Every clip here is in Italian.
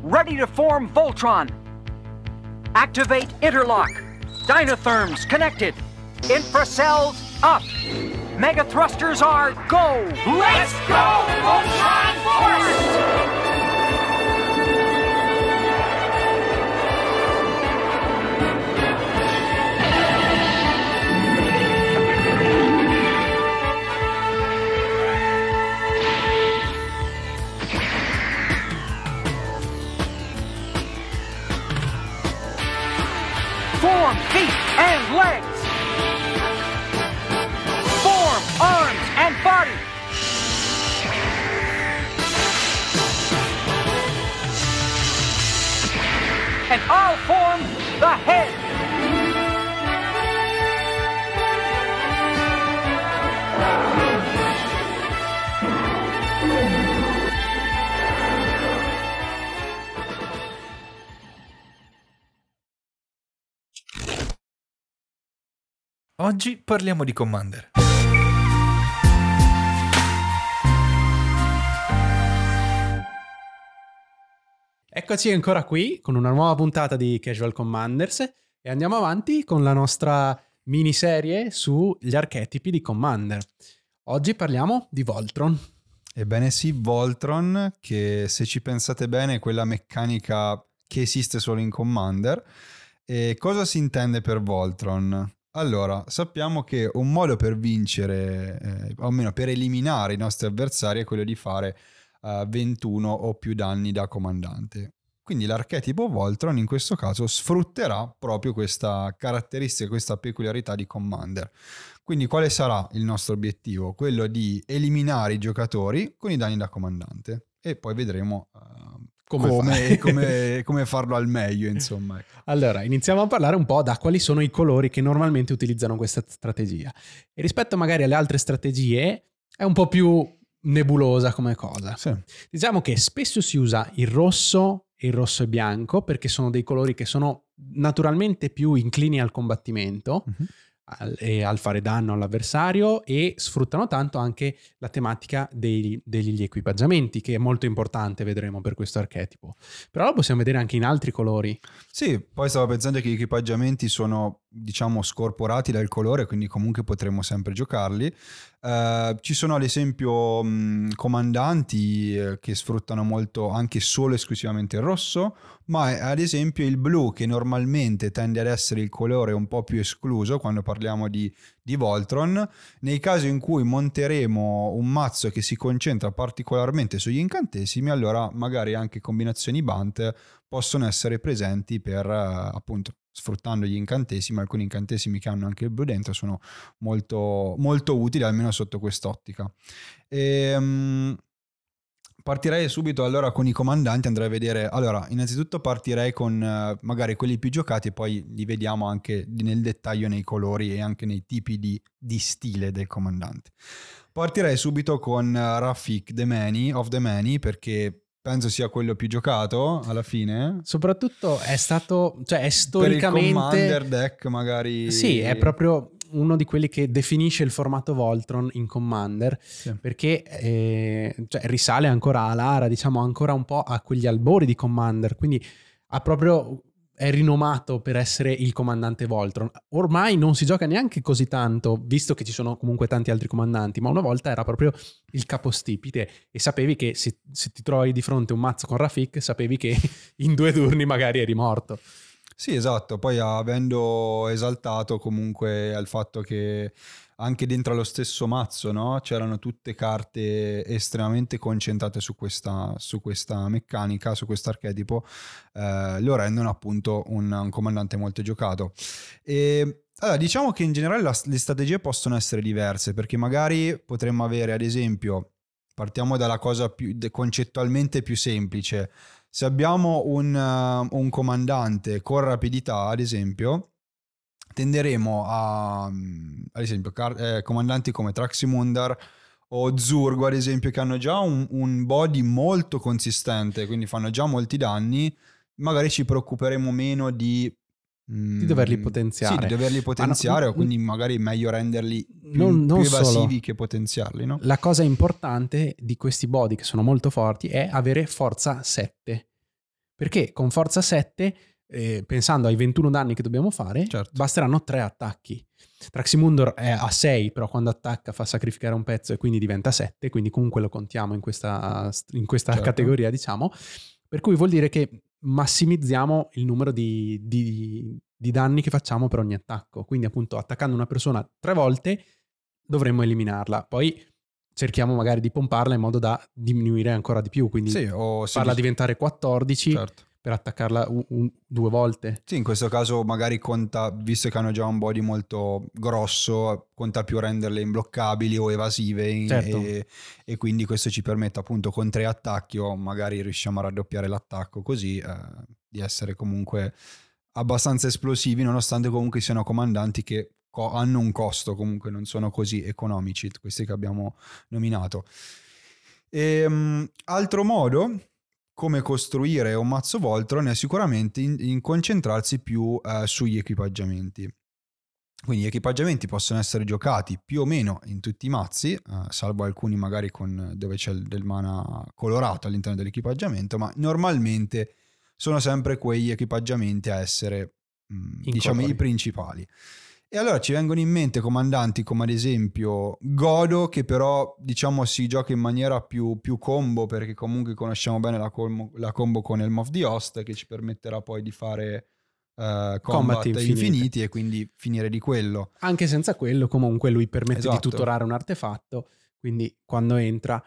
ready to form Voltron. Activate interlock. Dynatherms connected. Infracells up. Mega thrusters are go. Let's go, Voltron Force! Form feet and legs. Form arms and body. And I'll form the head. Oggi parliamo di Commander. Eccoci ancora qui con una nuova puntata di Casual Commanders e andiamo avanti con la nostra miniserie sugli archetipi di Commander. Oggi parliamo di Voltron. Ebbene sì, Voltron, che se ci pensate bene è quella meccanica che esiste solo in Commander. E cosa si intende per Voltron? Allora, sappiamo che un modo per vincere, o almeno per eliminare i nostri avversari, è quello di fare 21 o più danni da comandante. Quindi l'archetipo Voltron in questo caso sfrutterà proprio questa caratteristica, questa peculiarità di Commander. Quindi quale sarà il nostro obiettivo? Quello di eliminare i giocatori con i danni da comandante. E poi vedremo come farlo al meglio, insomma. Allora, iniziamo a parlare un po' da quali sono i colori che normalmente utilizzano questa strategia. E rispetto magari alle altre strategie è un po' più nebulosa come cosa. Sì. Diciamo che spesso si usa il rosso e bianco perché sono dei colori che sono naturalmente più inclini al combattimento e al fare danno all'avversario, e sfruttano tanto anche la tematica degli equipaggiamenti, che è molto importante, vedremo, per questo archetipo. Però lo possiamo vedere anche in altri colori. Sì, poi stavo pensando che gli equipaggiamenti sono, diciamo, scorporati dal colore, quindi comunque potremmo sempre giocarli. Ci sono ad esempio comandanti che sfruttano molto anche solo esclusivamente il rosso, ma ad esempio il blu, che normalmente tende ad essere il colore un po' più escluso quando parliamo di Voltron. Nei casi in cui monteremo un mazzo che si concentra particolarmente sugli incantesimi, allora magari anche combinazioni Bant possono essere presenti per appunto, sfruttando gli incantesimi. Alcuni incantesimi che hanno anche il blu dentro sono molto, molto utili, almeno sotto quest'ottica. Partirei subito allora con i comandanti, andrei a vedere. Allora, innanzitutto partirei con magari quelli più giocati, poi li vediamo anche nel dettaglio nei colori e anche nei tipi di stile del comandante. Partirei subito con Rafik of the Many, perché penso sia quello più giocato alla fine. Soprattutto è stato, cioè è storicamente... Per il Commander deck magari... Sì, è proprio uno di quelli che definisce il formato Voltron in Commander, sì. Perché cioè, risale ancora a Lara, diciamo ancora un po' a quegli albori di Commander, quindi è rinomato per essere il comandante Voltron. Ormai non si gioca neanche così tanto, visto che ci sono comunque tanti altri comandanti, ma una volta era proprio il capostipite e sapevi che se ti trovi di fronte un mazzo con Rafik, sapevi che in 2 turni magari eri morto. Sì, esatto. Poi avendo esaltato comunque al fatto che anche dentro allo stesso mazzo, no, c'erano tutte carte estremamente concentrate su questa meccanica, su questo archetipo, lo rendono appunto un comandante molto giocato. E allora, diciamo che in generale le strategie possono essere diverse, perché magari potremmo avere, ad esempio, partiamo dalla cosa concettualmente più semplice. Se abbiamo un comandante con rapidità, ad esempio, tenderemo ad esempio, comandanti come Traximundar o Zurgo, ad esempio, che hanno già un body molto consistente, quindi fanno già molti danni, magari ci preoccuperemo meno di doverli potenziare. Sì, di doverli potenziare, o quindi magari è meglio renderli più evasivi che potenziarli, no? La cosa importante di questi body, che sono molto forti, è avere forza 7. Perché con forza 7, pensando ai 21 danni che dobbiamo fare, Certo. basteranno 3 attacchi. Traximundor è a 6, però quando attacca fa sacrificare un pezzo e quindi diventa 7, quindi comunque lo contiamo in questa Certo. categoria, diciamo. Per cui vuol dire che massimizziamo il numero di danni che facciamo per ogni attacco. Quindi appunto attaccando una persona 3 volte dovremmo eliminarla. Poi cerchiamo magari di pomparla in modo da diminuire ancora di più, quindi Sì, o se farla diventare 14 certo. per attaccarla 2 volte. Sì, in questo caso magari conta, visto che hanno già un body molto grosso, conta più renderle imbloccabili o evasive, Certo. e quindi questo ci permette appunto con 3 attacchi o magari riusciamo a raddoppiare l'attacco così di essere comunque abbastanza esplosivi, nonostante comunque siano comandanti che hanno un costo, comunque non sono così economici questi che abbiamo nominato. Altro modo come costruire un mazzo Voltron è sicuramente in concentrarsi più sugli equipaggiamenti. Quindi gli equipaggiamenti possono essere giocati più o meno in tutti i mazzi, salvo alcuni magari dove c'è del mana colorato all'interno dell'equipaggiamento, ma normalmente sono sempre quegli equipaggiamenti a essere diciamo i principali. E allora ci vengono in mente comandanti come ad esempio Godo, che però diciamo si gioca in maniera più combo, perché comunque conosciamo bene la combo con Helm of the Host, che ci permetterà poi di fare combat infiniti e quindi finire di quello. Anche senza quello comunque lui permette Esatto. di tutorare un artefatto, quindi quando entra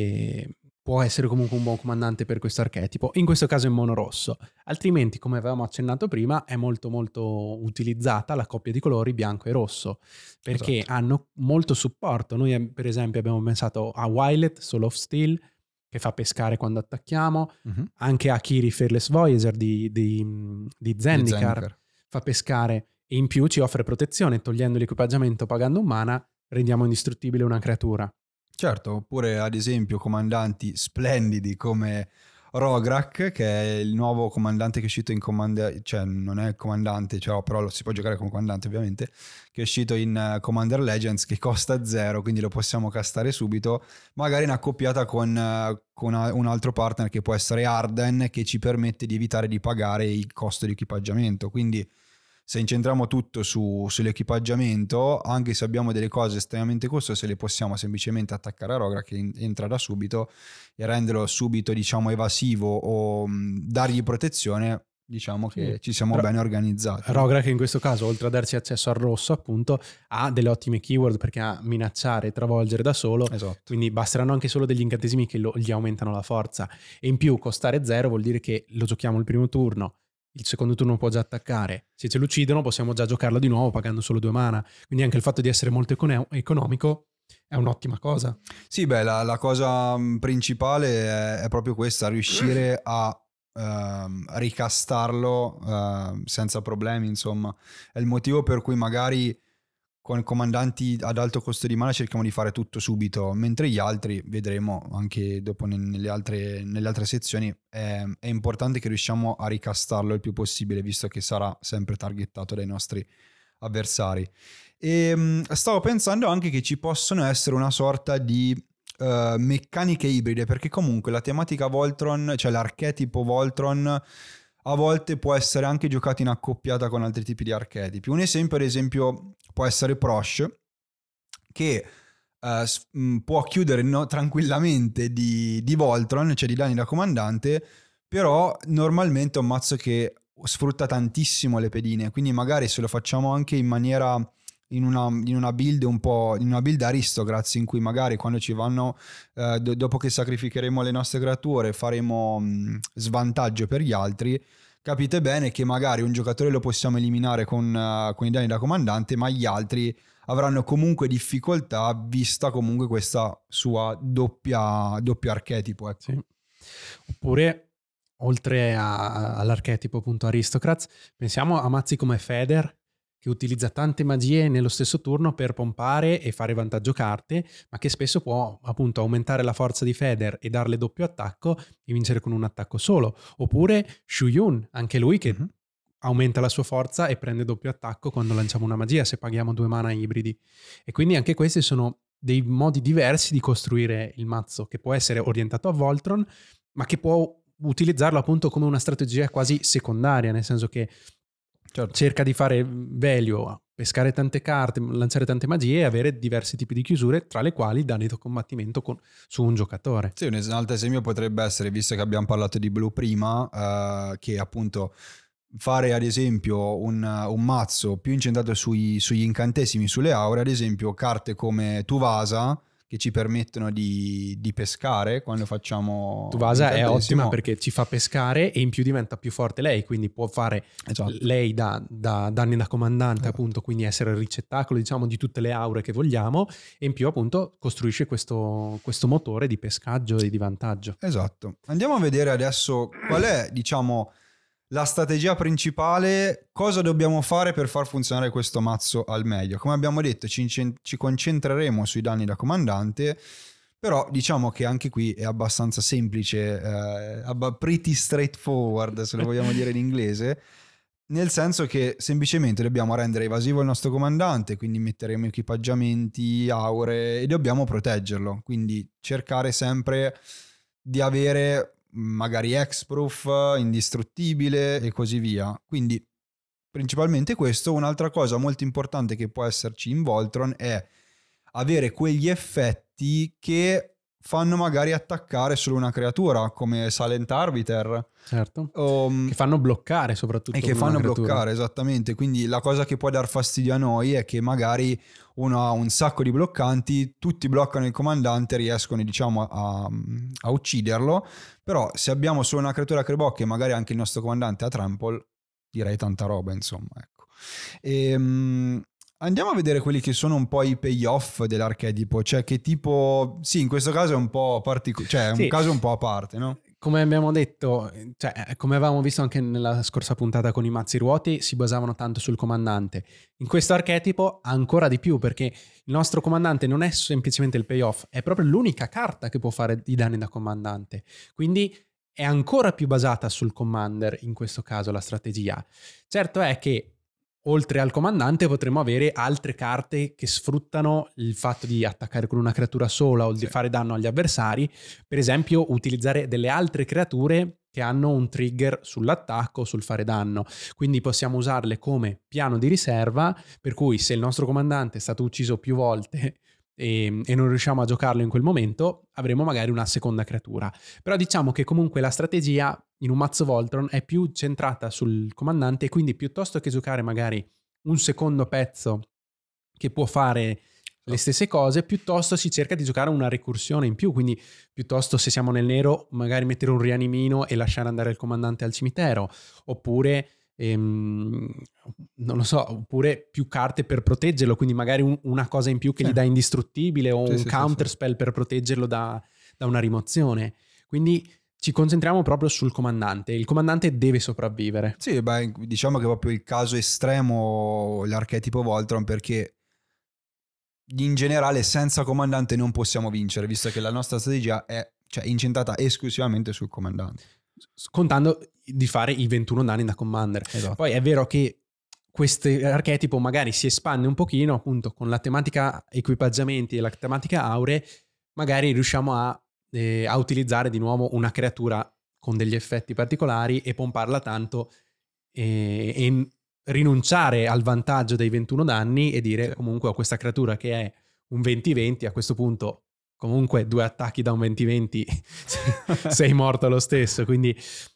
può essere comunque un buon comandante per questo archetipo, in questo caso in mono rosso. Altrimenti, come avevamo accennato prima, è molto molto utilizzata la coppia di colori bianco e rosso, perché Esatto. hanno molto supporto. Noi per esempio abbiamo pensato a Wilet, Soul of Steel, che fa pescare quando attacchiamo, anche a Kiri Fearless Voyager di Zendikar, fa pescare e in più ci offre protezione, togliendo l'equipaggiamento, pagando un mana, rendiamo indistruttibile una creatura. Certo, oppure ad esempio comandanti splendidi come Rograk, che è il nuovo comandante che è uscito in Commander, cioè non è comandante, cioè, però lo si può giocare come comandante ovviamente, che è uscito in Commander Legends, che costa 0, quindi lo possiamo castare subito, magari in accoppiata con un altro partner che può essere Arden, che ci permette di evitare di pagare il costo di equipaggiamento. Quindi se incentriamo tutto sull'equipaggiamento, anche se abbiamo delle cose estremamente costose, le possiamo semplicemente attaccare a Rograk, che entra da subito, e renderlo subito, diciamo, evasivo o dargli protezione, diciamo che ci siamo bene organizzati. Rograk in questo caso, oltre a darci accesso al rosso, appunto, ha delle ottime keyword, perché ha minacciare e travolgere da solo, Esatto. Quindi basteranno anche solo degli incantesimi che gli aumentano la forza, e in più costare 0 vuol dire che lo giochiamo il primo turno, il secondo turno può già attaccare, se ce lo uccidono possiamo già giocarlo di nuovo pagando solo 2 mana, quindi anche il fatto di essere molto economico è un'ottima cosa. Sì, beh, la cosa principale è proprio questa, riuscire a ricastarlo senza problemi, insomma. È il motivo per cui magari con comandanti ad alto costo di mana cerchiamo di fare tutto subito, mentre gli altri, vedremo anche dopo nelle altre sezioni, è importante che riusciamo a ricastarlo il più possibile, visto che sarà sempre targettato dai nostri avversari. E stavo pensando anche che ci possono essere una sorta di meccaniche ibride, perché comunque la tematica Voltron, cioè l'archetipo Voltron, a volte può essere anche giocato in accoppiata con altri tipi di archetipi. Un esempio, ad esempio, può essere Prosh, che può chiudere tranquillamente di Voltron, cioè di danni da comandante, però normalmente è un mazzo che sfrutta tantissimo le pedine, quindi magari se lo facciamo anche in maniera in una build un po', in una build aristocrats, in cui magari quando ci vanno dopo che sacrificheremo le nostre creature faremo svantaggio per gli altri, capite bene che magari un giocatore lo possiamo eliminare con i danni da comandante, ma gli altri avranno comunque difficoltà, vista comunque questa sua doppio archetipo, ecco. Sì. Oppure, oltre all'archetipo appunto Aristocrats, pensiamo a mazzi come Feder, che utilizza tante magie nello stesso turno per pompare e fare vantaggio carte, ma che spesso può appunto aumentare la forza di Feder e darle doppio attacco e vincere con un attacco solo. Oppure Shuyun, anche lui che aumenta la sua forza e prende doppio attacco quando lanciamo una magia, se paghiamo 2 mana ibridi. E quindi anche questi sono dei modi diversi di costruire il mazzo, che può essere orientato a Voltron, ma che può utilizzarlo appunto come una strategia quasi secondaria, nel senso che cerca di fare value, pescare tante carte, lanciare tante magie e avere diversi tipi di chiusure, tra le quali danni da combattimento su un giocatore. Sì, un altro esempio potrebbe essere, visto che abbiamo parlato di blu prima, che appunto fare ad esempio un mazzo più incentrato sugli incantesimi, sulle aure, ad esempio carte come Tuvasa, che ci permettono di pescare quando facciamo Tuvasa è ottima perché ci fa pescare e in più diventa più forte lei, quindi può fare lei da danni da comandante, appunto, quindi essere il ricettacolo, diciamo, di tutte le aure che vogliamo, e in più appunto costruisce questo motore di pescaggio e di vantaggio. Esatto. Andiamo a vedere adesso qual è, diciamo, la strategia principale, cosa dobbiamo fare per far funzionare questo mazzo al meglio. Come abbiamo detto, ci concentreremo sui danni da comandante, però diciamo che anche qui è abbastanza semplice, pretty straightforward, se lo vogliamo dire in inglese, nel senso che semplicemente dobbiamo rendere evasivo il nostro comandante, quindi metteremo equipaggiamenti, aure, e dobbiamo proteggerlo, quindi cercare sempre di avere magari Hexproof, indistruttibile e così via. Quindi principalmente questo. Un'altra cosa molto importante che può esserci in Voltron è avere quegli effetti che fanno magari attaccare solo una creatura, come Silent Arbiter. Certo. Che fanno bloccare soprattutto. E che fanno bloccare, esattamente. Quindi la cosa che può dar fastidio a noi è che magari uno ha un sacco di bloccanti, tutti bloccano il comandante, riescono, diciamo, a ucciderlo, però se abbiamo solo una creatura che magari anche il nostro comandante ha trample, direi tanta roba, insomma, ecco. Andiamo a vedere quelli che sono un po' i payoff dell'archetipo, cioè che tipo, sì, in questo caso è un po' cioè è un caso un po' a parte, no? Come abbiamo detto, cioè, come avevamo visto anche nella scorsa puntata con i mazzi ruoti, si basavano tanto sul comandante. In questo archetipo ancora di più, perché il nostro comandante non è semplicemente il payoff, è proprio l'unica carta che può fare i danni da comandante. Quindi è ancora più basata sul commander in questo caso la strategia. Certo è che oltre al comandante potremmo avere altre carte che sfruttano il fatto di attaccare con una creatura sola o di fare danno agli avversari, per esempio utilizzare delle altre creature che hanno un trigger sull'attacco o sul fare danno, quindi possiamo usarle come piano di riserva, per cui se il nostro comandante è stato ucciso più volte e non riusciamo a giocarlo in quel momento, avremo magari una seconda creatura. Però diciamo che comunque la strategia in un mazzo Voltron è più centrata sul comandante, e quindi piuttosto che giocare magari un secondo pezzo che può fare le stesse cose, piuttosto si cerca di giocare una recursione in più, quindi piuttosto se siamo nel nero magari mettere un rianimino e lasciare andare il comandante al cimitero, oppure non lo so, oppure più carte per proteggerlo, quindi magari una cosa in più che gli dà indistruttibile o un counter spell per proteggerlo da una rimozione. Quindi ci concentriamo proprio sul comandante. Il comandante deve sopravvivere. Sì, beh, diciamo che è proprio il caso estremo l'archetipo Voltron, perché in generale senza comandante non possiamo vincere, visto che la nostra strategia è incentrata esclusivamente sul comandante, contando di fare i 21 danni da commander. Esatto. Poi è vero che questo archetipo magari si espande un pochino, appunto, con la tematica equipaggiamenti e la tematica aure, magari riusciamo a utilizzare di nuovo una creatura con degli effetti particolari e pomparla tanto e rinunciare al vantaggio dei 21 danni e dire comunque ho questa creatura che è un 20-20, a questo punto comunque 2 attacchi da un 20-20 sei morto lo stesso, quindi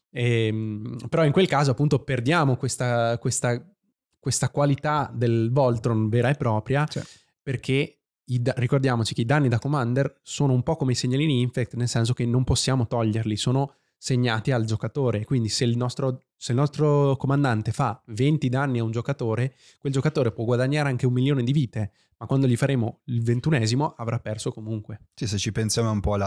però in quel caso appunto perdiamo questa qualità del Voltron vera e propria, perché ricordiamoci che i danni da commander sono un po' come i segnalini infect, nel senso che non possiamo toglierli, sono segnati al giocatore, quindi se il nostro comandante fa 20 danni a un giocatore, quel giocatore può guadagnare anche 1.000.000 di vite, ma quando gli faremo il 21esimo avrà perso comunque. Sì, se ci pensiamo è un po'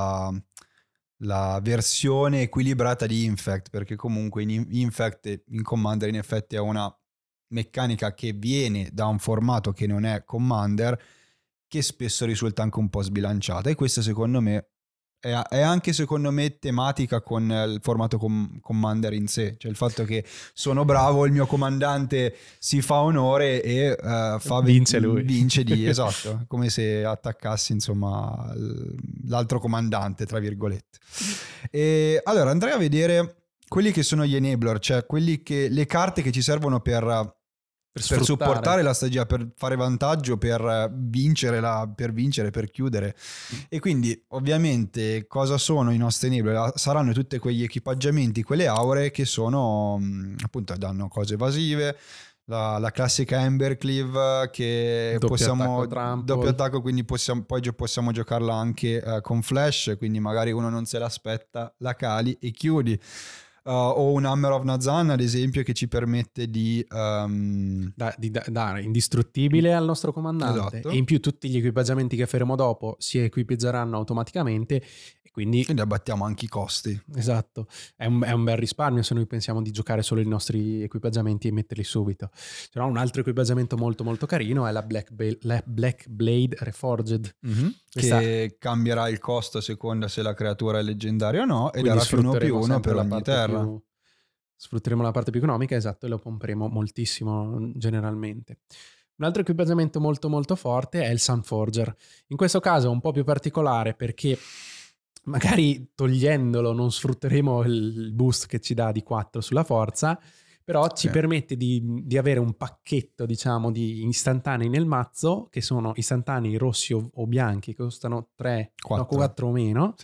la versione equilibrata di Infect, perché comunque in Infect in Commander in effetti è una meccanica che viene da un formato che non è Commander, che spesso risulta anche un po' sbilanciata, e questa secondo me è anche secondo me tematica con il formato Commander in sé, cioè il fatto che sono bravo, il mio comandante si fa onore e vince lui. Vince esatto, come se attaccassi insomma l'altro comandante, tra virgolette. E allora andrei a vedere quelli che sono gli enabler, cioè le carte che ci servono per supportare la strategia, per fare vantaggio, per vincere, per chiudere. E quindi ovviamente cosa sono i nostri enabler? Saranno tutti quegli equipaggiamenti, quelle auree che sono appunto danno cose evasive, la classica Embercleave che possiamo doppio attacco, quindi poi possiamo giocarla anche con flash, quindi magari uno non se l'aspetta, la cali e chiudi. O un Hammer of Nazan ad esempio che ci permette di dare indistruttibile al nostro comandante, esatto. E in più tutti gli equipaggiamenti che faremo dopo si equipaggeranno automaticamente e quindi abbattiamo anche i costi. Esatto, è un bel risparmio se noi pensiamo di giocare solo i nostri equipaggiamenti e metterli subito. Se no, un altro equipaggiamento molto molto carino è la Black Blade Reforged, che cambierà il costo a seconda se la creatura è leggendaria o no, e darà più 1/1 per ogni terra. Sfrutteremo la parte più economica, esatto, e lo pomperemo moltissimo generalmente. Un altro equipaggiamento molto molto forte è il Sunforger. In questo caso è un po' più particolare perché magari togliendolo non sfrutteremo il boost che ci dà di 4 sulla forza, però ci permette di avere un pacchetto, diciamo, di istantanei nel mazzo, che sono istantanei rossi o bianchi, che costano 4 o meno,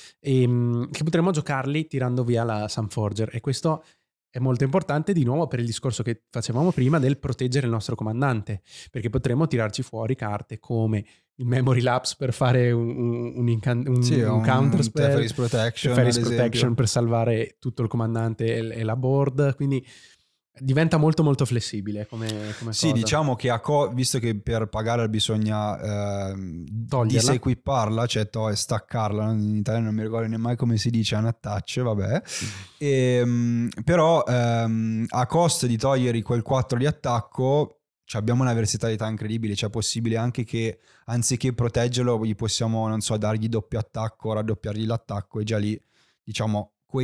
e che potremo giocarli tirando via la Sunforger. E questo è molto importante di nuovo per il discorso che facevamo prima del proteggere il nostro comandante, perché potremo tirarci fuori carte come il Memory Lapse per fare un counter spell, Teferi's Protection per salvare tutto il comandante e la board, quindi diventa molto molto flessibile come sì, cosa. Diciamo che visto che per pagarla bisogna disequipparla, cioè staccarla, in italiano non mi ricordo nemmeno come si dice, unattach, vabbè. Però a costo di togliere quel 4 di attacco abbiamo una versatilità incredibile, cioè è possibile anche che anziché proteggerlo gli possiamo, non so, dargli doppio attacco, raddoppiargli l'attacco, e già lì diciamo quei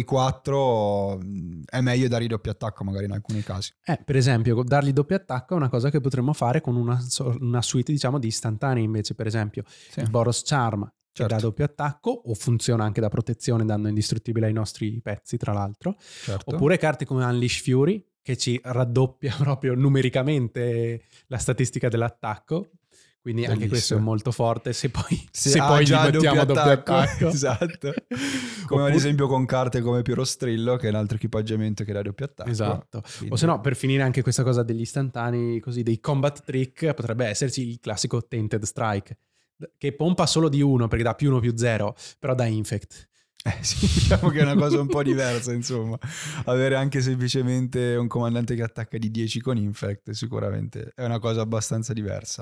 4 è meglio dargli doppio attacco magari in alcuni casi. Per esempio dargli doppio attacco è una cosa che potremmo fare con una suite, diciamo, di istantanei invece, per esempio il Boros Charm che dà doppio attacco, o funziona anche da protezione dando indistruttibile ai nostri pezzi, tra l'altro, oppure carte come Unleash Fury che ci raddoppia proprio numericamente la statistica dell'attacco. Quindi bellissimo. Anche questo è molto forte se poi gli mettiamo doppio attacco. Esatto. Come ad esempio con carte come Pirostrillo, che è un altro equipaggiamento che dà doppio attacco. Esatto. Quindi. O se no, per finire anche questa cosa degli istantanei, così dei combat trick, potrebbe esserci il classico Tainted Strike, che pompa solo di 1 perché dà +1/+0, però dà infect. Sì, diciamo che è una cosa un po' diversa, insomma. Avere anche semplicemente un comandante che attacca di 10 con infect sicuramente è una cosa abbastanza diversa.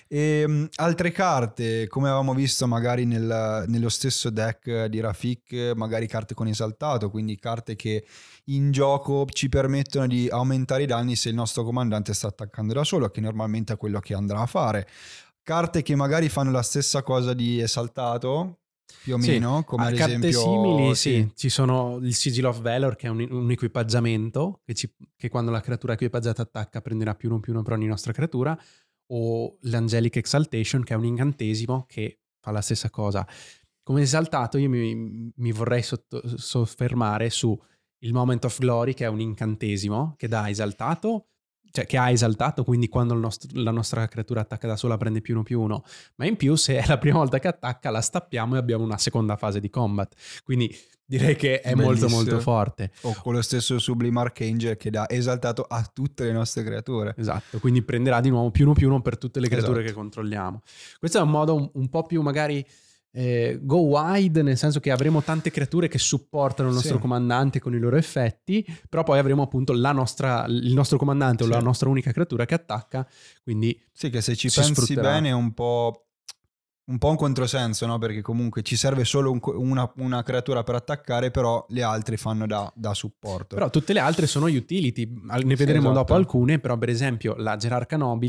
E altre carte, come avevamo visto magari nello stesso deck di Rafik, magari carte con esaltato, quindi carte che in gioco ci permettono di aumentare i danni se il nostro comandante sta attaccando da solo, che normalmente è quello che andrà a fare. Carte che magari fanno la stessa cosa di esaltato, più o meno, come ad carte esempio simili, sì. Ci sono il Sigil of Valor, che è un equipaggiamento che quando la creatura equipaggiata attacca prenderà +1/+1 per ogni nostra creatura, o l'Angelic Exaltation, che è un incantesimo che fa la stessa cosa. Come esaltato io mi vorrei soffermare su il Moment of Glory, che è un incantesimo che dà esaltato, cioè che ha esaltato, quindi quando la nostra creatura attacca da sola prende +1/+1, ma in più se è la prima volta che attacca la stappiamo e abbiamo una seconda fase di combat, quindi direi che è bellissimo. Molto molto forte. O con lo stesso Sublime Archangel che dà esaltato a tutte le nostre creature. Esatto, quindi prenderà di nuovo +1/+1 per tutte le creature che controlliamo. Questo è un modo un po' più magari go wide, nel senso che avremo tante creature che supportano il nostro comandante con i loro effetti, però poi avremo appunto il nostro comandante o la nostra unica creatura che attacca, quindi sì, che se ci pensi bene è un po' un controsenso, no? Perché comunque ci serve solo una creatura per attaccare, però le altre fanno da supporto. Però tutte le altre sono utility, ne vedremo dopo alcune, però per esempio la Gerarca Nobile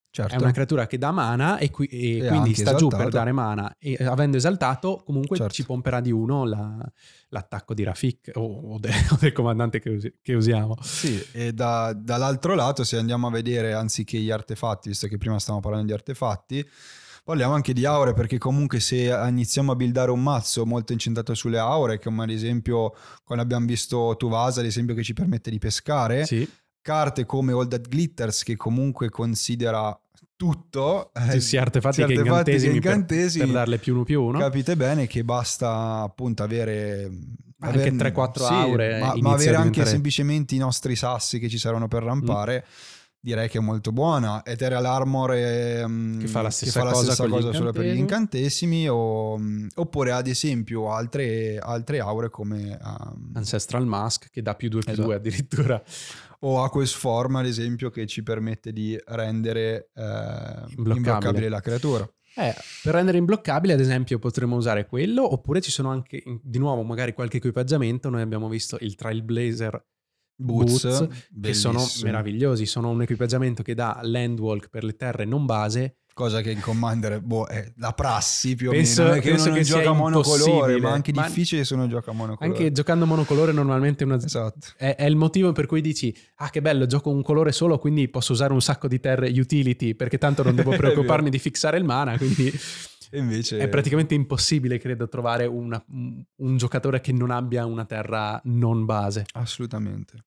Certo. È una creatura che dà mana e quindi anche sta giù esaltato. per dare mana, e avendo esaltato comunque Certo. ci pomperà di 1 l'attacco di Rafik o del comandante che usiamo. Sì, e dall'altro lato, se andiamo a vedere, anziché gli artefatti, visto che prima stavamo parlando di artefatti, parliamo anche di aure, perché comunque se iniziamo a buildare un mazzo molto incentrato sulle aure, come ad esempio quando abbiamo visto Tuvasa, ad esempio, che ci permette di pescare, Sì. carte come All That Glitters, che comunque considera tutto, Sia artefatti che incantesimi per darle +1/+1. capite bene che basta appunto avere anche 3-4 aure, ma avere anche semplicemente i nostri sassi che ci servono per rampare. Direi che è molto buona. Ethereal Armor che fa la stessa cosa solo per gli incantesimi, oppure ad esempio altre aure come Ancestral Mask, che dà +2/+2 esatto. addirittura, o Aqueous Form ad esempio, che ci permette di rendere imbloccabile la creatura. Per rendere imbloccabile, ad esempio, potremmo usare quello, oppure ci sono anche di nuovo magari qualche equipaggiamento. Noi abbiamo visto il Trailblazer Boots, che sono meravigliosi, sono un equipaggiamento che dà Landwalk per le terre non base, cosa che in Commander è la prassi più o penso, meno, non è che penso uno che gioca sia monocolore, ma anche difficile se uno gioca monocolore. Anche giocando monocolore normalmente esatto. è il motivo per cui dici che bello, gioco un colore solo, quindi posso usare un sacco di terre utility, perché tanto non devo preoccuparmi di fissare il mana, quindi e invece è praticamente impossibile, credo, trovare un giocatore che non abbia una terra non base. Assolutamente.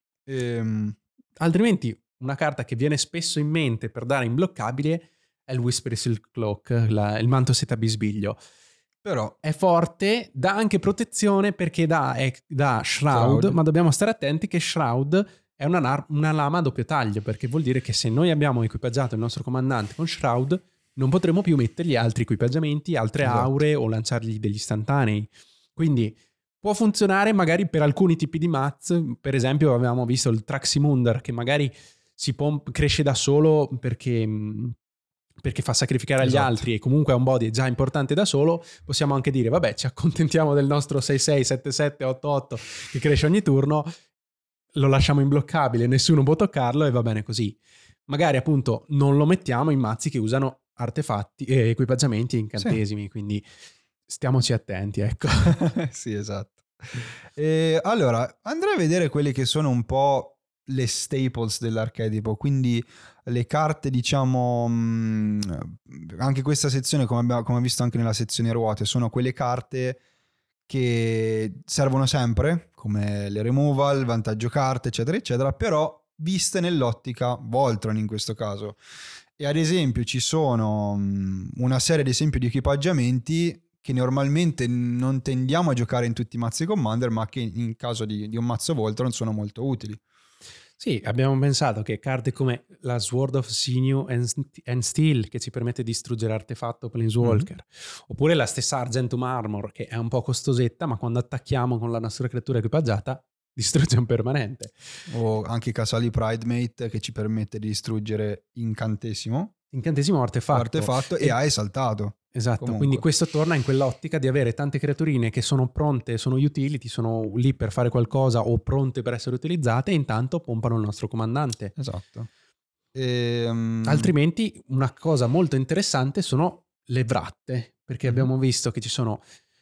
Altrimenti una carta che viene spesso in mente per dare imbloccabile è il Whispery Silk Cloak, il manto seta bisbiglio. Però è forte, dà anche protezione perché dà Shroud, ma dobbiamo stare attenti che Shroud è una lama a doppio taglio, perché vuol dire che se noi abbiamo equipaggiato il nostro comandante con Shroud non potremo più mettergli altri equipaggiamenti, altre aure o lanciargli degli istantanei. Quindi può funzionare magari per alcuni tipi di mazz. Per esempio avevamo visto il Traximundar, che magari cresce da solo perché fa sacrificare agli altri e comunque ha un body già importante da solo. Possiamo anche dire vabbè, ci accontentiamo del nostro 6-6, 7-7, 8-8 che cresce ogni turno, lo lasciamo imbloccabile, nessuno può toccarlo e va bene così. Magari appunto non lo mettiamo in mazzi che usano artefatti, equipaggiamenti e incantesimi, quindi stiamoci attenti, ecco. Sì, esatto. Allora, andrei a vedere quelle che sono un po' le staples dell'archetipo, quindi le carte, diciamo, anche questa sezione, come abbiamo visto anche nella sezione ruote, sono quelle carte che servono sempre, come le removal, vantaggio carte, eccetera, eccetera, però viste nell'ottica Voltron in questo caso. E ad esempio ci sono una serie ad esempio di equipaggiamenti che normalmente non tendiamo a giocare in tutti i mazzi Commander, ma che in caso di un mazzo Voltron sono molto utili. Sì, abbiamo pensato che carte come la Sword of Sinew and Steel, che ci permette di distruggere artefatto Planeswalker, oppure la stessa Argentum Armor, che è un po' costosetta, ma quando attacchiamo con la nostra creatura equipaggiata distrugge un permanente. O anche Casali Pridemate, che ci permette di distruggere incantesimo artefatto e ha esaltato. Esatto, comunque. Quindi questo torna in quell'ottica di avere tante creaturine che sono pronte, sono utility, sono lì per fare qualcosa o pronte per essere utilizzate, e intanto pompano il nostro comandante. Esatto. Altrimenti una cosa molto interessante sono le vratte, perché abbiamo visto che ci sono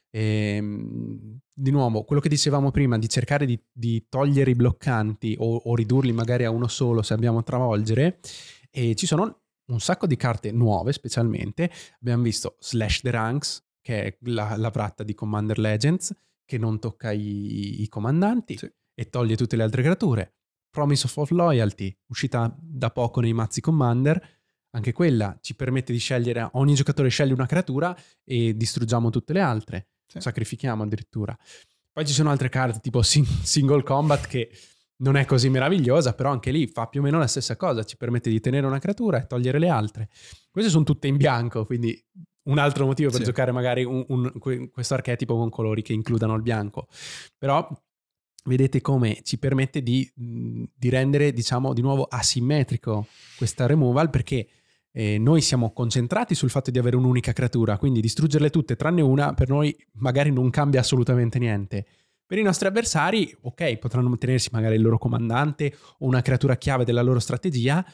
di nuovo quello che dicevamo prima, di cercare di togliere i bloccanti o ridurli magari a uno solo se abbiamo travolgere, e ci sono un sacco di carte nuove. Specialmente abbiamo visto Slash the Ranks, che è la vratta di Commander Legends, che non tocca i comandanti e toglie tutte le altre creature. Promise of Loyalty, uscita da poco nei mazzi Commander, anche quella ci permette di scegliere, ogni giocatore sceglie una creatura e distruggiamo tutte le altre, sacrifichiamo addirittura. Poi ci sono altre carte tipo Single Combat, che non è così meravigliosa, però anche lì fa più o meno la stessa cosa, ci permette di tenere una creatura e togliere le altre. Queste sono tutte in bianco, quindi un altro motivo per giocare magari questo archetipo con colori che includano il bianco. Però vedete come ci permette di rendere, diciamo, di nuovo asimmetrico questa removal, perché noi siamo concentrati sul fatto di avere un'unica creatura, quindi distruggerle tutte tranne una per noi magari non cambia assolutamente niente. Per i nostri avversari, ok, potranno tenersi magari il loro comandante o una creatura chiave della loro strategia,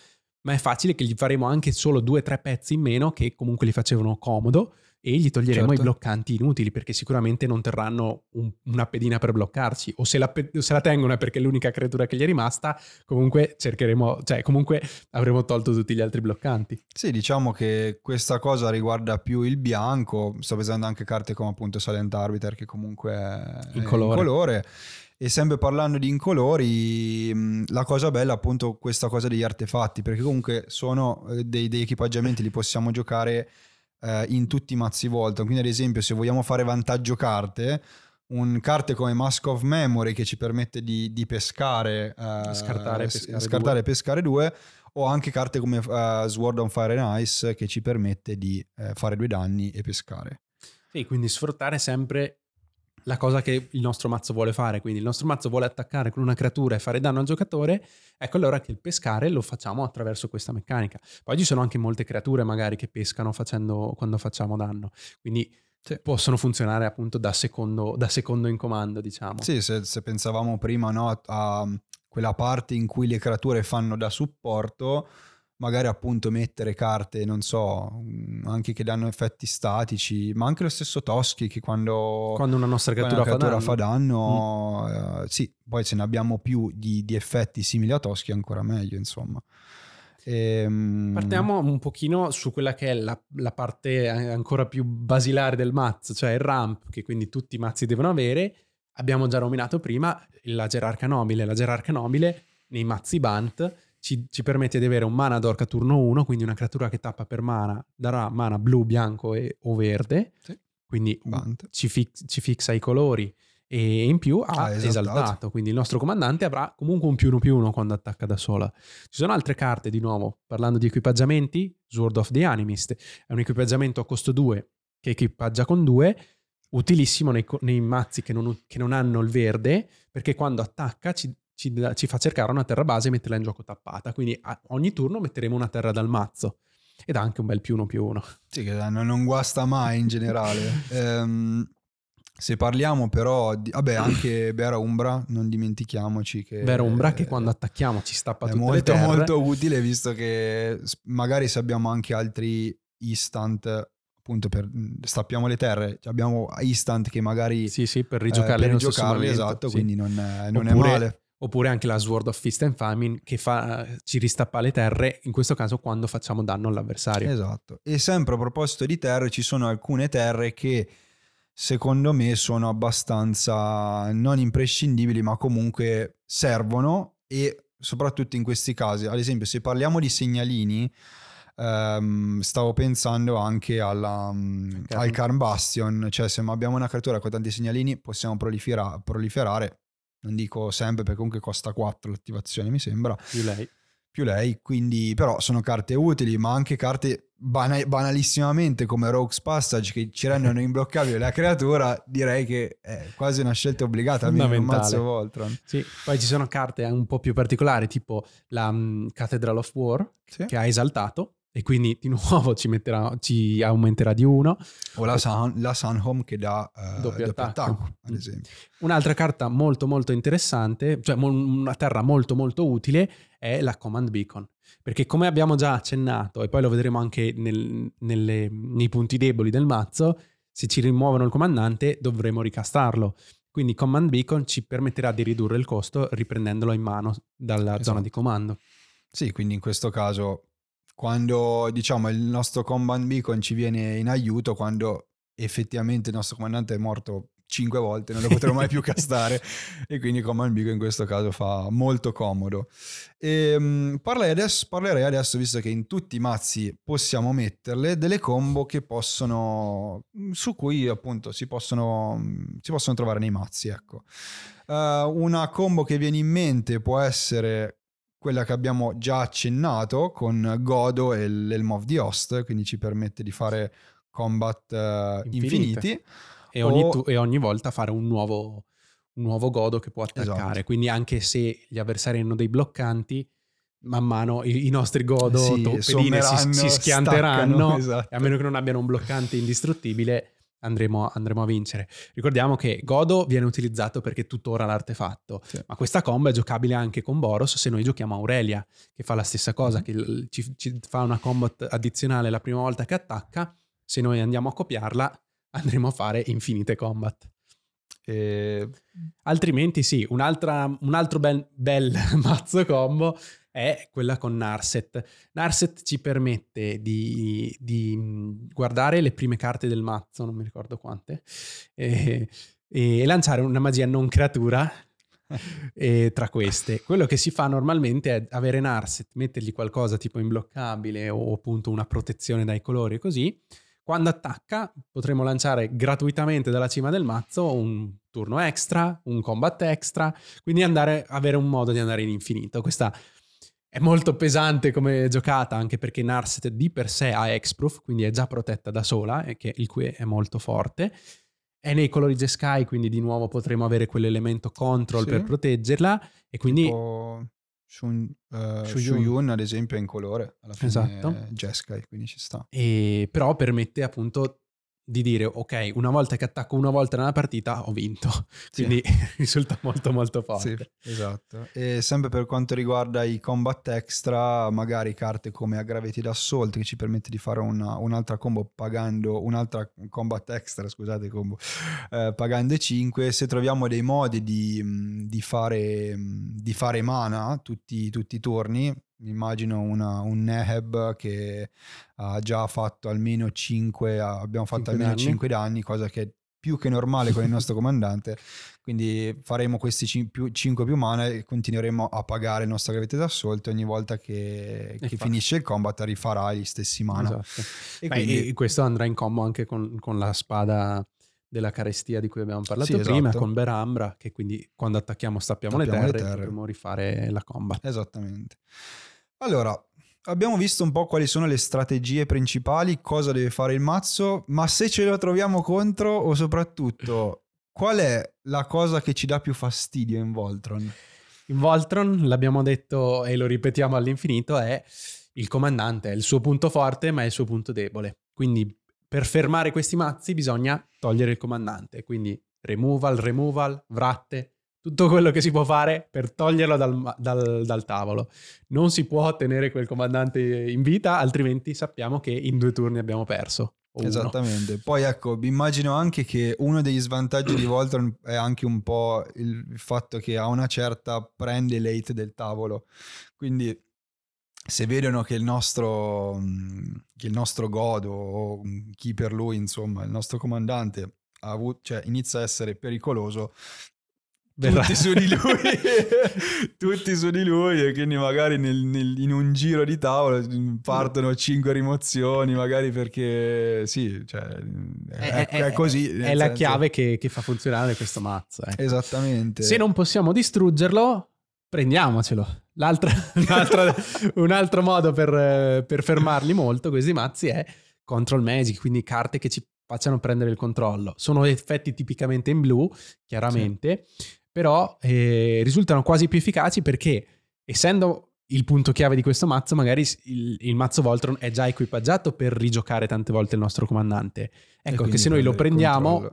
ma è facile che gli faremo anche solo 2-3 pezzi in meno che comunque gli facevano comodo, e gli toglieremo i bloccanti inutili, perché sicuramente non terranno una pedina per bloccarci, o se la tengono è perché è l'unica creatura che gli è rimasta, comunque cercheremo, cioè comunque avremo tolto tutti gli altri bloccanti. Sì, diciamo che questa cosa riguarda più il bianco, sto pensando anche carte come appunto Silent Arbiter, che comunque è in colore. E sempre parlando di incolori, la cosa bella è appunto questa cosa degli artefatti, perché comunque sono degli equipaggiamenti, li possiamo giocare in tutti i mazzi Voltron. Quindi ad esempio se vogliamo fare vantaggio carte, carte come Mask of Memory che ci permette di pescare, scartare e pescare 2, o anche carte come Sword on Fire and Ice che ci permette di fare 2 danni e pescare. Sì, quindi sfruttare sempre la cosa che il nostro mazzo vuole fare. Quindi il nostro mazzo vuole attaccare con una creatura e fare danno al giocatore, ecco allora che il pescare lo facciamo attraverso questa meccanica. Poi ci sono anche molte creature magari che pescano quando facciamo danno, quindi possono funzionare appunto da secondo in comando, diciamo. Sì, se pensavamo prima, no, a quella parte in cui le creature fanno da supporto, magari appunto mettere carte, non so, anche che danno effetti statici, ma anche lo stesso Toski che quando una nostra creatura fa danno, sì, poi se ne abbiamo più di effetti simili a Toski ancora meglio, insomma. Partiamo un pochino su quella che è la parte ancora più basilare del mazzo, cioè il ramp, che quindi tutti i mazzi devono avere. Abbiamo già nominato prima la Gerarca Nobile. La Gerarca Nobile nei mazzi Bant ci permette di avere un mana dork a turno 1, quindi una creatura che tappa per mana darà mana blu, bianco o verde, quindi ci fixa i colori, e in più ha esaltato, quindi il nostro comandante avrà comunque un +1/+1 quando attacca da sola. Ci sono altre carte, di nuovo, parlando di equipaggiamenti, Sword of the Animist è un equipaggiamento a costo 2 che equipaggia con 2, utilissimo nei mazzi che non hanno il verde, perché quando attacca ci fa cercare una terra base e metterla in gioco tappata, quindi ogni turno metteremo una terra dal mazzo, ed ha anche un bel +1/+1. Sì, che non guasta mai in generale. Se parliamo però anche Vera Umbra, non dimentichiamoci che Vera Umbra che quando attacchiamo ci stappa tutte le terre. È molto utile, visto che magari se abbiamo anche altri instant, appunto stappiamo le terre, abbiamo instant che magari per rigiocarle, esatto, quindi non è male. Oppure anche la Sword of Feast and Famine che ci ristappa le terre, in questo caso quando facciamo danno all'avversario. Esatto. E sempre a proposito di terre, ci sono alcune terre che secondo me sono abbastanza non imprescindibili, ma comunque servono, e soprattutto in questi casi, ad esempio se parliamo di segnalini, stavo pensando anche al Karn Bastion, cioè se abbiamo una creatura con tanti segnalini possiamo proliferare, non dico sempre perché comunque costa 4 l'attivazione mi sembra, più lei, quindi però sono carte utili, ma anche carte banalissimamente come Rogue's Passage che ci rendono imbloccabile la creatura, direi che è quasi una scelta obbligata almeno in un mazzo Voltron. Sì, poi ci sono carte un po' più particolari, tipo la Cathedral of War che ha esaltato e quindi di nuovo ci aumenterà di 1, o la Sunhome che dà doppio attacco, ad esempio. Un'altra carta molto molto interessante, cioè una terra molto molto utile, è la Command Beacon, perché come abbiamo già accennato e poi lo vedremo anche nei punti deboli del mazzo, se ci rimuovono il comandante dovremo ricastarlo, quindi Command Beacon ci permetterà di ridurre il costo riprendendolo in mano dalla zona di comando. Sì, quindi in questo caso quando diciamo il nostro Command Beacon ci viene in aiuto, quando effettivamente il nostro comandante è morto 5 volte, non lo potremo mai più castare, e quindi Command Beacon in questo caso fa molto comodo. Parlerei adesso, visto che in tutti i mazzi possiamo metterle, delle combo che su cui appunto si possono trovare nei mazzi, ecco. Una combo che viene in mente può essere quella che abbiamo già accennato con Godo e l'Helm of the Host, quindi ci permette di fare combat infiniti e ogni volta fare un nuovo Godo che può attaccare. Esatto. Quindi anche se gli avversari hanno dei bloccanti, man mano i nostri Godo pedine si schianteranno, esatto. E a meno che non abbiano un bloccante indistruttibile, andremo a vincere. Ricordiamo che Godo viene utilizzato perché è tuttora l'artefatto, Sì. ma questa combo è giocabile anche con Boros se noi giochiamo Aurelia, che fa la stessa cosa, che ci fa una combo addizionale la prima volta che attacca. Se noi andiamo a copiarla andremo a fare infinite combat. Altrimenti sì, un altro bel mazzo combo è quella con Narset. Narset ci permette di guardare le prime carte del mazzo, non mi ricordo quante, e lanciare una magia non creatura tra queste. Quello che si fa normalmente è avere Narset, mettergli qualcosa tipo imbloccabile o appunto una protezione dai colori, così quando attacca potremo lanciare gratuitamente dalla cima del mazzo un turno extra, un combat extra, quindi avere un modo di andare in infinito. Questa è molto pesante come giocata, anche perché Narset di per sé ha Hexproof, quindi è già protetta da sola, il cui è molto forte. È nei colori Jeskai, quindi di nuovo potremo avere quell'elemento control per proteggerla, e quindi tipo Shuyun ad esempio è in colore alla fine, esatto. Jeskai, quindi ci sta. Però permette appunto di dire ok, una volta che attacco una volta nella partita ho vinto, quindi risulta molto molto forte. Sì, esatto. E sempre per quanto riguarda i combat extra, magari carte come Aggravity d'Assault che ci permette di fare un'altra combo pagando un'altra combat extra, scusate, combo pagando 5. Se troviamo dei modi di fare mana tutti i turni, immagino un Neheb che ha già fatto almeno 5, abbiamo fatto almeno 5 danni, cosa che è più che normale con il nostro comandante, quindi faremo questi 5 più mana e continueremo a pagare il nostro Aggravity d'Assault ogni volta che finisce il combat, rifarà gli stessi mana. Esatto. E questo andrà in combo anche con la spada della carestia di cui abbiamo parlato prima, con Berambra, che quindi quando attacchiamo stappiamo le terre. Potremo rifare la combat. Esattamente. Allora, abbiamo visto un po' quali sono le strategie principali, cosa deve fare il mazzo, ma se ce lo troviamo contro, o soprattutto qual è la cosa che ci dà più fastidio in Voltron? In Voltron, l'abbiamo detto e lo ripetiamo all'infinito, è il comandante, è il suo punto forte ma è il suo punto debole, quindi per fermare questi mazzi bisogna togliere il comandante, quindi removal, vratte, tutto quello che si può fare per toglierlo dal tavolo. Non si può tenere quel comandante in vita, altrimenti sappiamo che in 2 turni abbiamo perso. Esattamente. Poi ecco, vi immagino anche che uno degli svantaggi di Voltron è anche un po' il fatto che a una certa prende late del tavolo, quindi se vedono che il nostro Godo o chi per lui, insomma, il nostro comandante inizia a essere pericoloso, tutti su di lui, e quindi magari in un giro di tavolo partono 5 rimozioni, magari perché è così. È la chiave che fa funzionare questo mazzo. Ecco. Esattamente. Se non possiamo distruggerlo, prendiamocelo. Un altro modo per fermarli molto questi mazzi è Control Magic, quindi carte che ci facciano prendere il controllo. Sono effetti tipicamente in blu, chiaramente, però risultano quasi più efficaci perché, essendo il punto chiave di questo mazzo, magari il mazzo Voltron è già equipaggiato per rigiocare tante volte il nostro comandante. Ecco che se noi lo prendiamo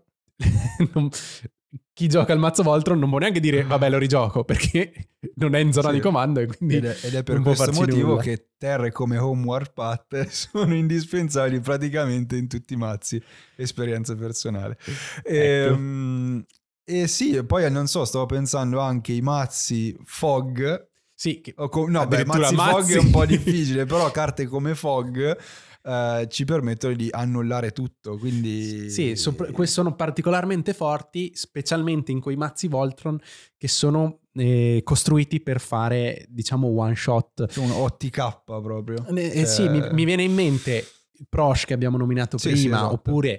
chi gioca il mazzo Voltron non può neanche dire vabbè lo rigioco, perché non è in zona di comando e quindi ed è per questo motivo che terre come Home Warpath sono indispensabili praticamente in tutti i mazzi. Esperienza personale. Ecco. E sì, poi non so, stavo pensando anche i mazzi Fog. Sì, mazzi Fog è un po' difficile, però carte come Fog ci permettono di annullare tutto, quindi sì, sono particolarmente forti, specialmente in quei mazzi Voltron che sono costruiti per fare, diciamo, one shot, un OTK proprio. Sì, mi viene in mente il Prosh che abbiamo nominato prima, sì, esatto. Oppure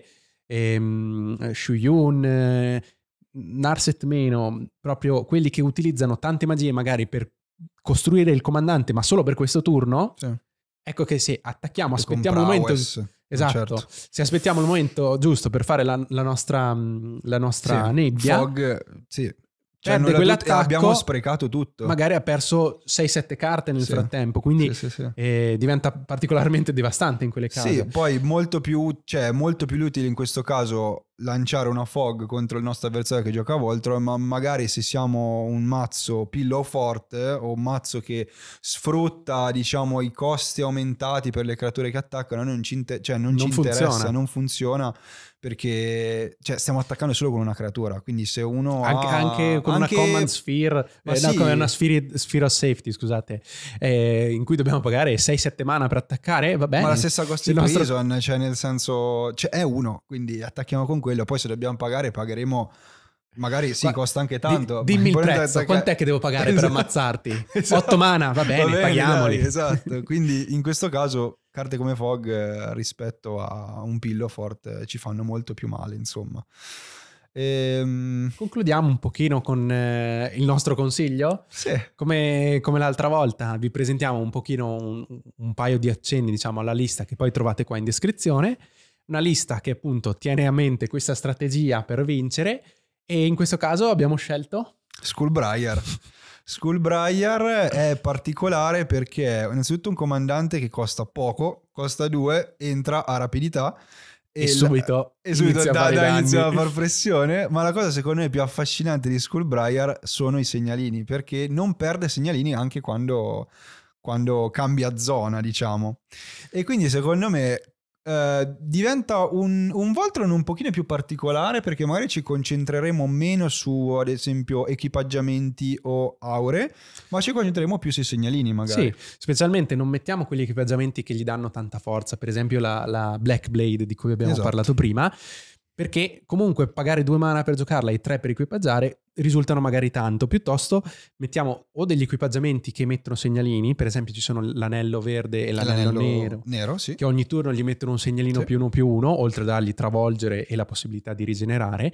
Shuyun, Narset meno, proprio quelli che utilizzano tante magie magari per costruire il comandante, ma solo per questo turno. Sì. Ecco che se attacchiamo, aspettiamo il momento, esatto, certo. Se aspettiamo il momento giusto per fare la nostra nebbia, Fog, sì, Cioè, perde quell'attacco, abbiamo sprecato tutto. magari ha perso 6-7 carte nel frattempo, quindi sì. diventa particolarmente devastante in quelle case. Sì, poi molto più utile in questo caso lanciare una Fog contro il nostro avversario che gioca a Voltron, ma magari se siamo un mazzo pillow forte o un mazzo che sfrutta, diciamo, i costi aumentati per le creature che attaccano, non ci interessa, non funziona, perché stiamo attaccando solo con una creatura, quindi se uno anche con una command sphere, come una sphere of safety, scusate, in cui dobbiamo pagare 6-7 mana per attaccare, va bene. Ma la stessa cost di prison, cioè nel senso, è uno, quindi attacchiamo con quello, poi se dobbiamo pagare pagheremo. Magari costa anche tanto. Dimmi il prezzo, quant'è che devo pagare per ammazzarti? 8 mana, va bene, paghiamoli. Dai, esatto, quindi in questo caso carte come Fog rispetto a un pillow forte ci fanno molto più male, insomma. Concludiamo un pochino con il nostro consiglio. Sì. Come l'altra volta vi presentiamo un pochino un paio di accenni, diciamo, alla lista che poi trovate qua in descrizione. Una lista che appunto tiene a mente questa strategia per vincere. E in questo caso abbiamo scelto Skullbriar. Skullbriar è particolare perché è innanzitutto un comandante che costa poco, costa 2, entra a rapidità e subito inizia a far pressione. Ma la cosa secondo me più affascinante di Skullbriar sono i segnalini, perché non perde segnalini anche quando cambia zona, diciamo. E quindi secondo me diventa un Voltron un pochino più particolare, perché magari ci concentreremo meno su, ad esempio, equipaggiamenti o aure, ma ci concentreremo più sui segnalini, magari. Sì, specialmente non mettiamo quegli equipaggiamenti che gli danno tanta forza, per esempio la Black Blade di cui abbiamo parlato prima, perché comunque pagare 2 mana per giocarla e 3 per equipaggiare risultano magari tanto. Piuttosto mettiamo o degli equipaggiamenti che mettono segnalini, per esempio ci sono l'anello verde e l'anello nero sì, che ogni turno gli mettono un segnalino +1/+1, oltre a dargli travolgere e la possibilità di rigenerare,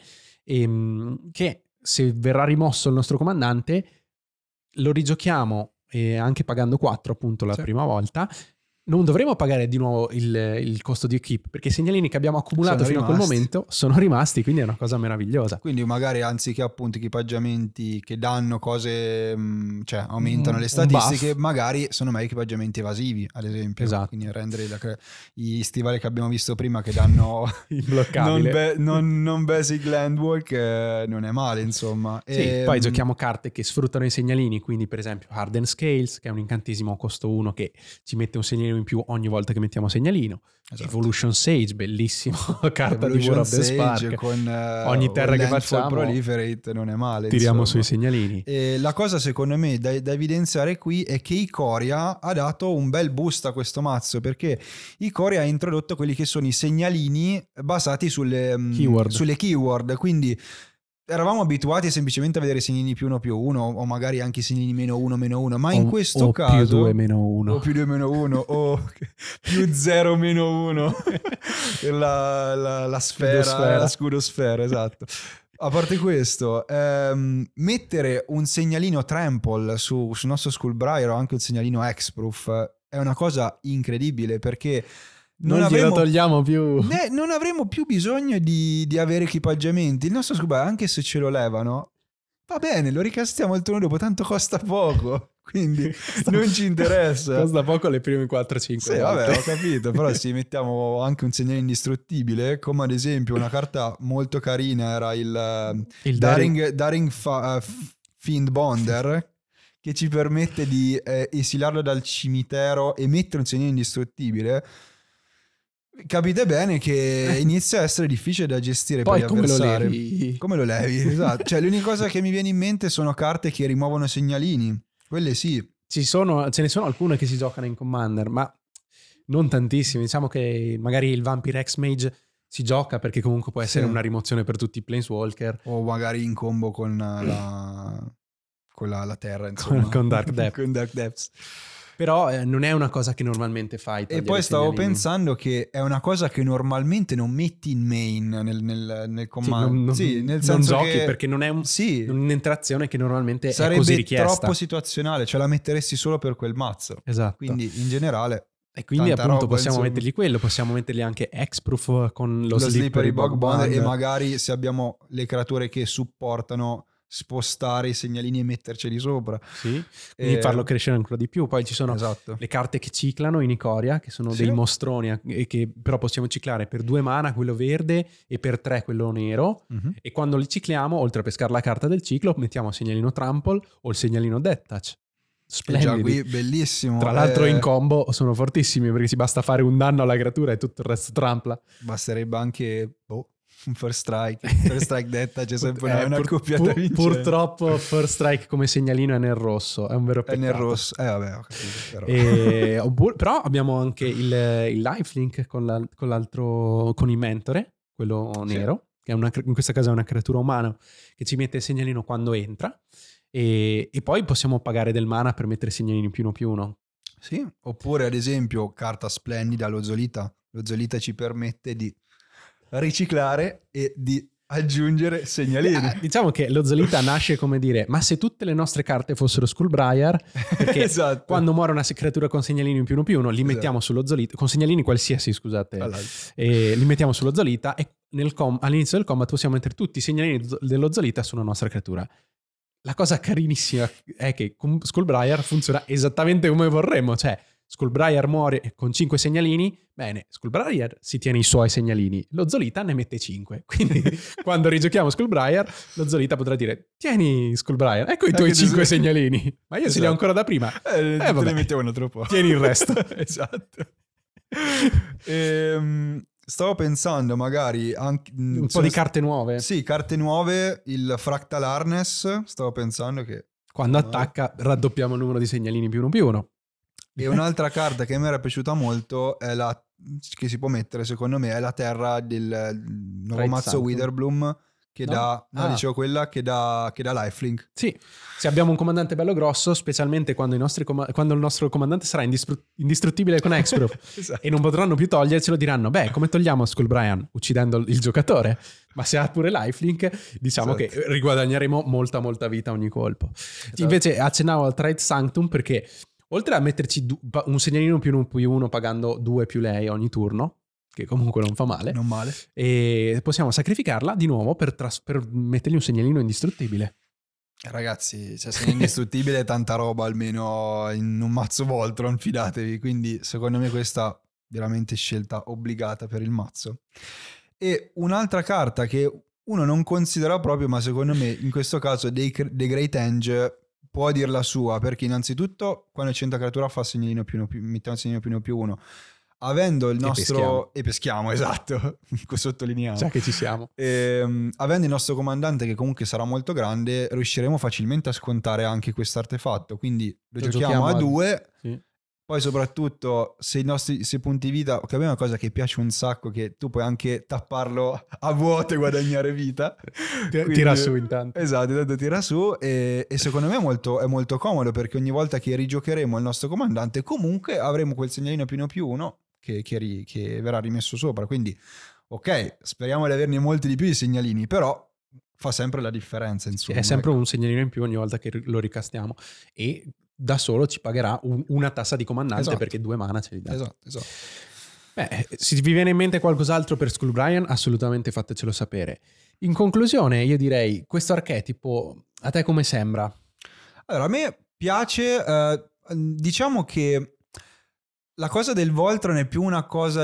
che se verrà rimosso il nostro comandante lo rigiochiamo anche pagando 4 appunto la prima volta. Non dovremo pagare di nuovo il costo di equip, perché i segnalini che abbiamo accumulato fino a quel momento sono rimasti, quindi è una cosa meravigliosa. Quindi magari anziché appunto equipaggiamenti che danno cose, cioè aumentano le statistiche, magari sono meglio equipaggiamenti evasivi, ad esempio. Esatto. Quindi rendere i stivali che abbiamo visto prima che danno imbloccabile non basic landwalk, non è male, insomma. Sì, poi giochiamo carte che sfruttano i segnalini, quindi per esempio Hardened Scales, che è un incantesimo a costo 1 che ci mette un segnalino in più ogni volta che mettiamo segnalino. Evolution Sage, bellissimo, carta di War of the Spark, con ogni terra che facciamo Proliferate non è male, tiriamo insomma. sui segnalini. E la cosa secondo me da evidenziare qui è che Ikoria ha dato un bel boost a questo mazzo, perché Ikoria ha introdotto quelli che sono i segnalini basati sulle keyword, quindi eravamo abituati semplicemente a vedere segnalini +1/+1 o magari anche segnalini -1/-1, ma in questo caso +2/-1 o +2/-1 o +0/-1 la sfera, la scudosfera, esatto. A parte questo, mettere un segnalino trample sul nostro Skullbriar o anche un segnalino hexproof è una cosa incredibile, perché non glielo togliamo più. Non avremo più bisogno di avere equipaggiamenti. Il nostro Skullbriar, anche se ce lo levano, va bene, lo ricastiamo il turno dopo, tanto costa poco, quindi non ci interessa. Costa poco le prime 4-5 sì, vabbè, ho capito, però se mettiamo anche un segnale indistruttibile, come ad esempio una carta molto carina era il Daring Fiend Bonder, che ci permette di esilarlo dal cimitero e mettere un segnale indistruttibile. Capite bene che inizia a essere difficile da gestire. Poi per gli avversari. Come lo levi? Esatto. Cioè, l'unica cosa che mi viene in mente sono carte che rimuovono segnalini. Quelle sì. Ce ne sono alcune che si giocano in Commander, ma non tantissime. Diciamo che magari il Vampire X-Mage si gioca perché comunque può essere una rimozione per tutti i Planeswalker. O magari in combo con la terra, insomma. Con Dark Depths. Con Dark Depths. Però non è una cosa che normalmente fai. E poi stavo pensando che è una cosa che normalmente non metti in main nel command. Nel senso non giochi che, perché non è un'interazione che normalmente è così richiesta. Sarebbe troppo situazionale, cioè la metteresti solo per quel mazzo. Esatto. Quindi in generale... E quindi appunto possiamo mettergli quello, possiamo mettergli anche Hexproof con lo Slippery Bog Bonder. E magari se abbiamo le creature che supportano spostare i segnalini e metterceli sopra. Sì, quindi farlo crescere ancora di più. Poi ci sono le carte che ciclano in Ikoria, che sono dei mostroni e che però possiamo ciclare per 2 mana quello verde e per 3 quello nero, e quando li cicliamo, oltre a pescare la carta del ciclo, mettiamo il segnalino Trample o il segnalino Death Touch. Splendidi. Già qui bellissimo. Tra l'altro in combo sono fortissimi, perché si basta fare un danno alla creatura e tutto il resto trampla. Basterebbe anche un First Strike detta, c'è sempre una accoppiata vincente. Purtroppo First Strike come segnalino è nel rosso, è un vero peccato. È nel rosso, vabbè, ho capito, però. Però abbiamo anche il lifelink con l'altro, con il mentore, quello nero, che è in questo caso è una creatura umana che ci mette il segnalino quando entra, e poi possiamo pagare del mana per mettere segnalini +1/+1. Sì, oppure ad esempio carta splendida, lo Zolita. Lo Zolita ci permette di riciclare e di aggiungere segnalini. Diciamo che lo Zolita nasce come dire: ma se tutte le nostre carte fossero Skullbriar, perché quando muore una creatura con segnalini +1/+1 li mettiamo sullo Zolita, con segnalini qualsiasi, scusate, li mettiamo sullo Zolita, e all'inizio del combat possiamo mettere tutti i segnalini dello Zolita sulla nostra creatura. La cosa carinissima è che con Skullbriar funziona esattamente come vorremmo, cioè Skullbriar muore con 5 segnalini, bene, Skullbriar si tiene i suoi segnalini, lo Zolita ne mette 5, quindi quando rigiochiamo Skullbriar, lo Zolita potrà dire: tieni Skullbriar, ecco i tuoi 5 segnalini, ma io ce li ho ancora da prima, te ne mettevano troppo, tieni il resto. Esatto. Stavo pensando magari anche un po' di carte nuove. Sì, carte nuove, il Fractal Harness, stavo pensando che quando attacca raddoppiamo il numero di segnalini +1/+1. E un'altra carta che mi era piaciuta molto è che si può mettere, secondo me, è la terra del nuovo mazzo Witherbloom, che dicevo quella che dà lifelink. Sì, se abbiamo un comandante bello grosso, specialmente quando il nostro comandante sarà indistruttibile con Hexproof esatto. E non potranno più togliercelo, diranno: beh, come togliamo Skullbriar? Uccidendo il giocatore. Ma se ha pure lifelink, diciamo che riguadagneremo molta vita ogni colpo. Esatto. Invece accennavo al Trade Sanctum perché oltre a metterci un segnalino +1/+1 pagando 2 più lei ogni turno, che comunque non fa male, non male, e possiamo sacrificarla di nuovo per mettergli un segnalino indistruttibile. Ragazzi, cioè, se è indistruttibile è tanta roba, almeno in un mazzo Voltron, fidatevi. Quindi secondo me questa è veramente scelta obbligata per il mazzo. E un'altra carta che uno non considera proprio, ma secondo me in questo caso The Great Henge può dir la sua, perché innanzitutto quando c'è una creatura fa segnalino mettiamo segnalino +1/+1. Avendo il nostro... E peschiamo, esatto, sottolineiamo. Già che ci siamo. Avendo il nostro comandante che comunque sarà molto grande, riusciremo facilmente a scontare anche questo artefatto. Quindi lo giochiamo a 2. Sì. Poi soprattutto se i punti vita... Che a me è una cosa che piace un sacco, che tu puoi anche tapparlo a vuoto e guadagnare vita. Quindi, tira su intanto. Esatto, intanto tira su. E secondo me è molto comodo, perché ogni volta che rigiocheremo il nostro comandante comunque avremo quel segnalino +1/+1 che verrà rimesso sopra. Quindi ok, speriamo di averne molti di più i segnalini, però fa sempre la differenza, insomma. È sempre un segnalino in più ogni volta che lo ricastiamo, e da solo ci pagherà una tassa di comandante, esatto. Perché 2 mana ce li dà. Esatto. Beh, se vi viene in mente qualcos'altro per Skullbriar, assolutamente fatecelo sapere. In conclusione, io direi, questo archetipo a te come sembra? Allora, a me piace, diciamo che la cosa del Voltron è più una cosa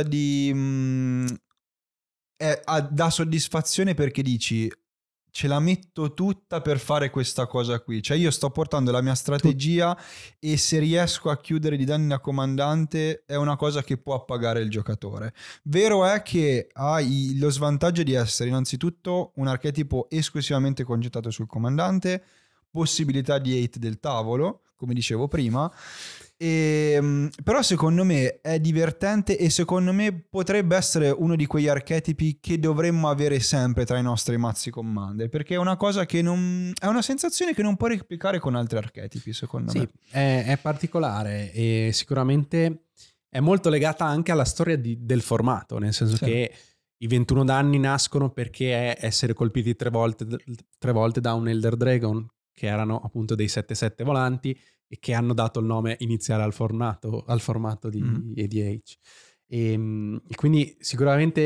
dà soddisfazione, perché dici: ce la metto tutta per fare questa cosa qui. Cioè io sto portando la mia strategia e se riesco a chiudere di danni a comandante è una cosa che può appagare il giocatore. Vero è che hai lo svantaggio di essere innanzitutto un archetipo esclusivamente concentrato sul comandante, possibilità di hate del tavolo, come dicevo prima. Però secondo me è divertente, e secondo me potrebbe essere uno di quegli archetipi che dovremmo avere sempre tra i nostri mazzi Commander, perché è una cosa che è una sensazione che non puoi replicare con altri archetipi, secondo me. È particolare, e sicuramente è molto legata anche alla storia del formato, nel senso che i 21 danni nascono perché essere colpiti 3 volte da un Elder Dragon, che erano appunto dei 7/7 volanti, e che hanno dato il nome iniziale al formato di EDH. E quindi sicuramente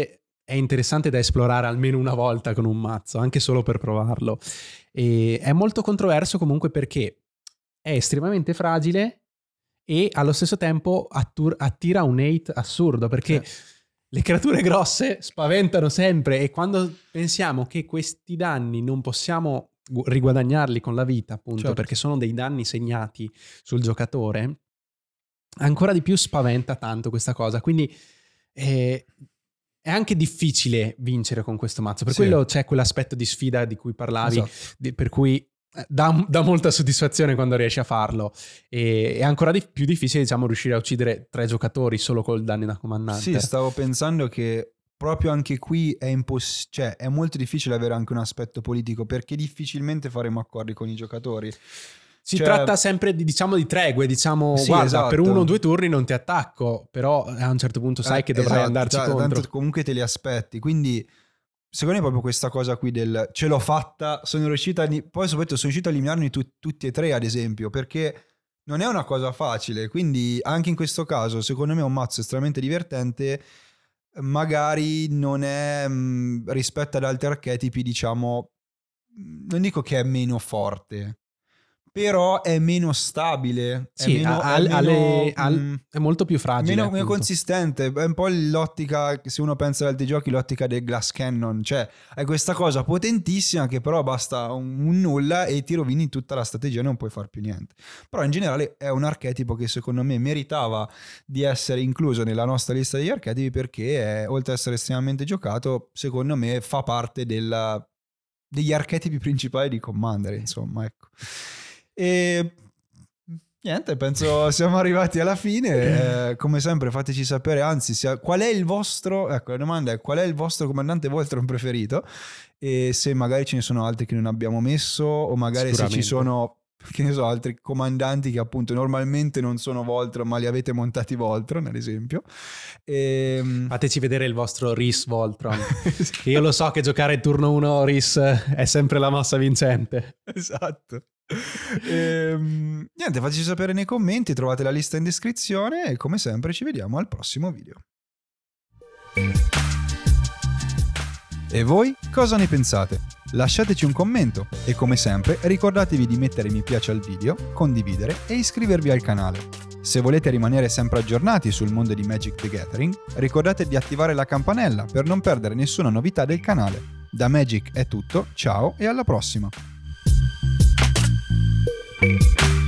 è interessante da esplorare almeno una volta con un mazzo, anche solo per provarlo. E è molto controverso comunque perché è estremamente fragile e allo stesso tempo attira un hate assurdo, perché le creature grosse spaventano sempre, e quando pensiamo che questi danni non possiamo riguadagnarli con la vita, appunto, perché sono dei danni segnati sul giocatore, ancora di più spaventa tanto questa cosa. Quindi è anche difficile vincere con questo mazzo, per quello c'è quell'aspetto di sfida di cui parlavi, per cui dà molta soddisfazione quando riesci a farlo, e è ancora più difficile, diciamo, riuscire a uccidere 3 giocatori solo col danni da comandante. Sì, stavo pensando che proprio anche qui è è molto difficile avere anche un aspetto politico, perché difficilmente faremo accordi con i giocatori. Si tratta sempre di tregue, guarda, per 1 o 2 turni non ti attacco, però a un certo punto sai che dovrai andarci contro. Tanto comunque te li aspetti, quindi secondo me proprio questa cosa qui del ce l'ho fatta, sono riuscita poi soprattutto sono riuscito a eliminarne tutti e 3, ad esempio, perché non è una cosa facile, quindi anche in questo caso secondo me è un mazzo estremamente divertente. Magari non è rispetto ad altri archetipi, diciamo, non dico che è meno forte, però è meno stabile, sì, è molto più fragile, meno consistente. È un po' l'ottica, se uno pensa ad altri giochi, l'ottica del Glass Cannon, cioè è questa cosa potentissima che però basta un nulla e ti rovini tutta la strategia e non puoi far più niente. Però in generale è un archetipo che secondo me meritava di essere incluso nella nostra lista degli archetipi, perché oltre ad essere estremamente giocato, secondo me fa parte degli archetipi principali di Commander, insomma, ecco. E niente, penso siamo arrivati alla fine. Come sempre fateci sapere, anzi, qual è il vostro, ecco, la domanda è: qual è il vostro comandante Voltron preferito, e se magari ce ne sono altri che non abbiamo messo, o magari se ci sono, che ne so, altri comandanti che appunto normalmente non sono Voltron ma li avete montati Voltron, ad esempio. Fateci vedere il vostro Rhys Voltron. Io lo so che giocare turno 1 Rhys è sempre la mossa vincente. Esatto. Niente, fateci sapere nei commenti, trovate la lista in descrizione, e come sempre ci vediamo al prossimo video. E voi cosa ne pensate? Lasciateci un commento, e come sempre ricordatevi di mettere mi piace al video, condividere e iscrivervi al canale. Se volete rimanere sempre aggiornati sul mondo di Magic the Gathering, ricordate di attivare la campanella per non perdere nessuna novità del canale. Da Magic è tutto, ciao e alla prossima!